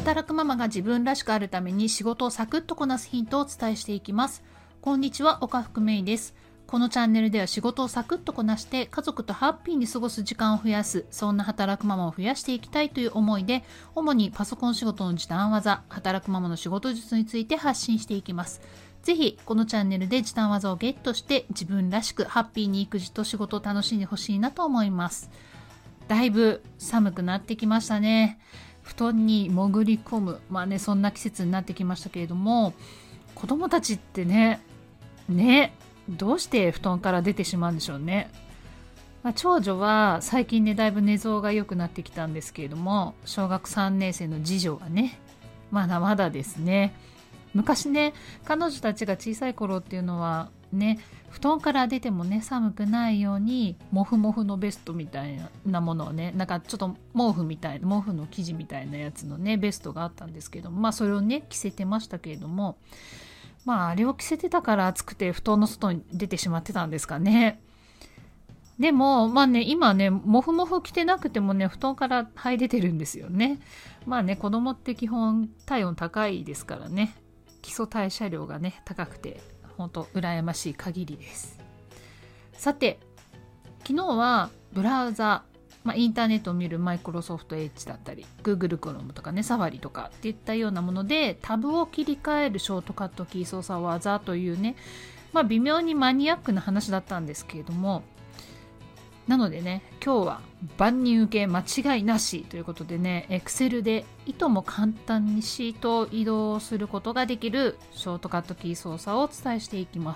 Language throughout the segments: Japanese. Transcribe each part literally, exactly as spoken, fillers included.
働くママが自分らしくあるために仕事をサクッとこなすヒントをお伝えしていきます。こんにちは、岡福芽衣です。このチャンネルでは仕事をサクッとこなして家族とハッピーに過ごす時間を増やす、そんな働くママを増やしていきたいという思いで、主にパソコン仕事の時短技、働くママの仕事術について発信していきます。ぜひこのチャンネルで時短技をゲットして自分らしくハッピーに育児と仕事を楽しんでほしいなと思います。だいぶ寒くなってきましたね。布団に潜り込む、まあね、そんな季節になってきましたけれども、子供たちってね、ね、どうして布団から出てしまうんでしょうね。まあ、長女は最近ね、だいぶ寝相が良くなってきたんですけれども、小学さんねん生の次女はね、まだまだですね。昔ね、彼女たちが小さい頃っていうのはね、布団から出てもね、寒くないようにモフモフのベストみたいなものをね、なんかちょっと毛布みたいな、毛布の生地みたいなやつのね、ベストがあったんですけども、まあそれをね、着せてましたけれども、まああれを着せてたから暑くて布団の外に出てしまってたんですかね。でもまあね、今ね、モフモフ着てなくてもね、布団から這い出てるんですよね。まあね、子供って基本体温高いですからね、基礎代謝量がね、高くて本当羨ましい限りです。さて、昨日はブラウザ、まあ、インターネットを見るマイクロソフトエッジだったり Google Chrome とかね、サファリとかっていったようなものでタブを切り替えるショートカットキー操作技というね、まあ微妙にマニアックな話だったんですけれども、なのでね、今日は万人受け間違いなしということでね、Excel でいとも簡単にシートを移動することができるショートカットキー操作をお伝えしていきます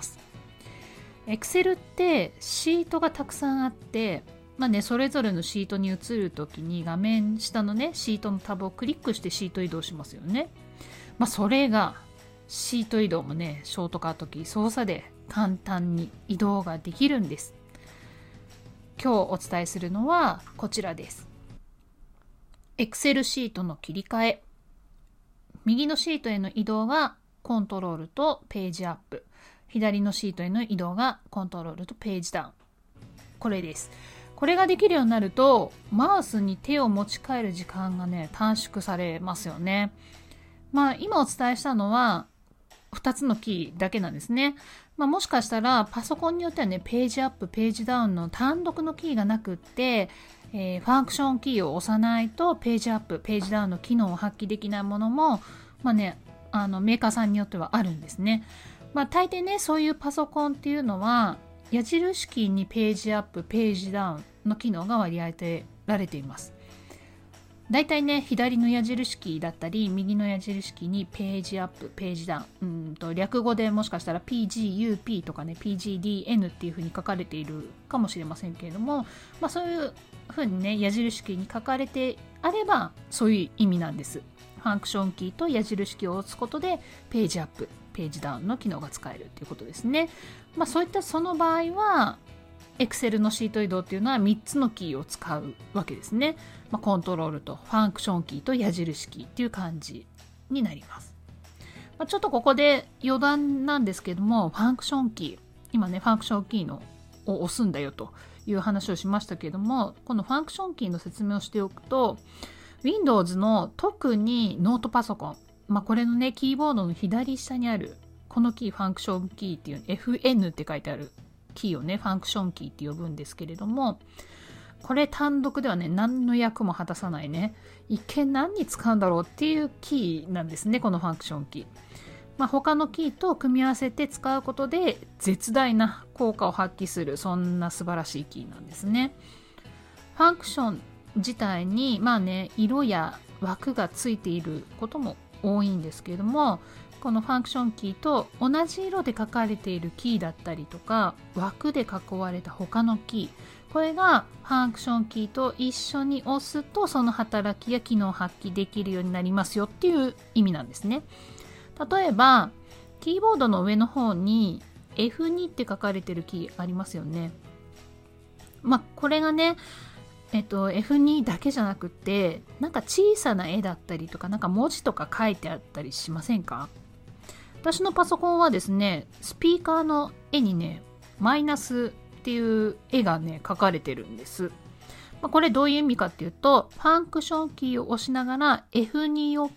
。Excel ってシートがたくさんあって、まあね、それぞれのシートに移るときに画面下のね、シートのタブをクリックしてシート移動しますよね。まあそれがシート移動もね、ショートカットキー操作で簡単に移動ができるんです。今日お伝えするのはこちらです。Excel シートの切り替え。右のシートへの移動がコントロールとページアップ。左のシートへの移動がコントロールとページダウン。これです。これができるようになると、マウスに手を持ち替える時間がね、短縮されますよね。まあ今お伝えしたのはふたつのキーだけなんですね。まあ、もしかしたらパソコンによってはね、ページアップ、ページダウンの単独のキーがなくって、えー、ファンクションキーを押さないとページアップ、ページダウンの機能を発揮できないものも、まあね、あのメーカーさんによってはあるんですね。まあ大抵ね、そういうパソコンっていうのは矢印キーにページアップ、ページダウンの機能が割り当てられています。だいたいね、左の矢印キーだったり右の矢印キーにページアップ、ページダウン、うんと略語でもしかしたら ピージーユーピー とかね ピージーディーエヌ っていう風に書かれているかもしれませんけれども、まあそういう風にね、矢印キーに書かれてあればそういう意味なんです。ファンクションキーと矢印キーを押すことでページアップ、ページダウンの機能が使えるっていうことですね。まあそういったその場合はExcel のシート移動っていうのはみっつのキーを使うわけですね。まあ、コントロールとファンクションキーと矢印キーっていう感じになります。まあ、ちょっとここで余談なんですけども、ファンクションキー、今ね、ファンクションキーのを押すんだよという話をしましたけども、このファンクションキーの説明をしておくと、Windows の特にノートパソコン、まあ、これのね、キーボードの左下にあるこのキー、ファンクションキーっていう エフエヌ って書いてあるキーをね、ファンクションキーって呼ぶんですけれども、これ単独ではね、何の役も果たさないね、一見何に使うんだろうっていうキーなんですね、このファンクションキー。まあ、他のキーと組み合わせて使うことで絶大な効果を発揮する、そんな素晴らしいキーなんですね。ファンクション自体にまあね、色や枠がついていることも多いんですけれども、このファンクションキーと同じ色で書かれているキーだったりとか、枠で囲われた他のキー、これがファンクションキーと一緒に押すとその働きや機能を発揮できるようになりますよっていう意味なんですね。例えばキーボードの上の方に エフツー って書かれているキーありますよね。まあこれがね、えっと、エフツー だけじゃなくて、なんか小さな絵だったりとか、なんか文字とか書いてあったりしませんか？私のパソコンはですね、スピーカーの絵にね、マイナスっていう絵がね、描かれてるんです。まあ、これどういう意味かっていうと、ファンクションキーを押しながら エフツー を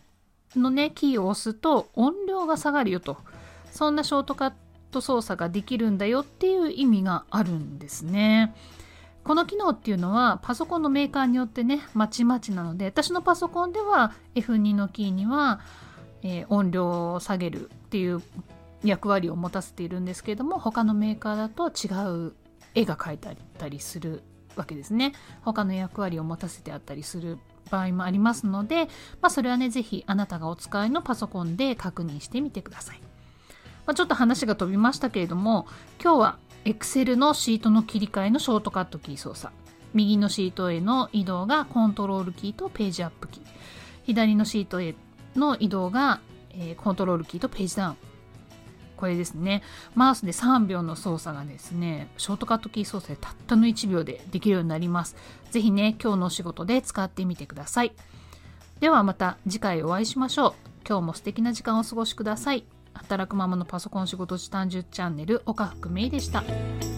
のねキーを押すと音量が下がるよと、そんなショートカット操作ができるんだよっていう意味があるんですね。この機能っていうのはパソコンのメーカーによってねまちまちなので、私のパソコンでは エフツー のキーには、えー、音量を下げるっていう役割を持たせているんですけれども、他のメーカーだと違う絵が描いてあったりするわけですね。他の役割を持たせてあったりする場合もありますので、まあ、それはねぜひあなたがお使いのパソコンで確認してみてください。まあ、ちょっと話が飛びましたけれども、今日はExcel のシートの切り替えのショートカットキー操作、右のシートへの移動がコントロールキーとページアップキー、左のシートへの移動が、えー、コントロールキーとページダウン、これですね。マウスでさんびょうの操作がですね、ショートカットキー操作でたったのいちびょうでできるようになります。ぜひね、今日のお仕事で使ってみてください。ではまた次回お会いしましょう。今日も素敵な時間をお過ごしください。働くママのパソコン仕事時短じゅうチャンネル、岡福芽衣でした。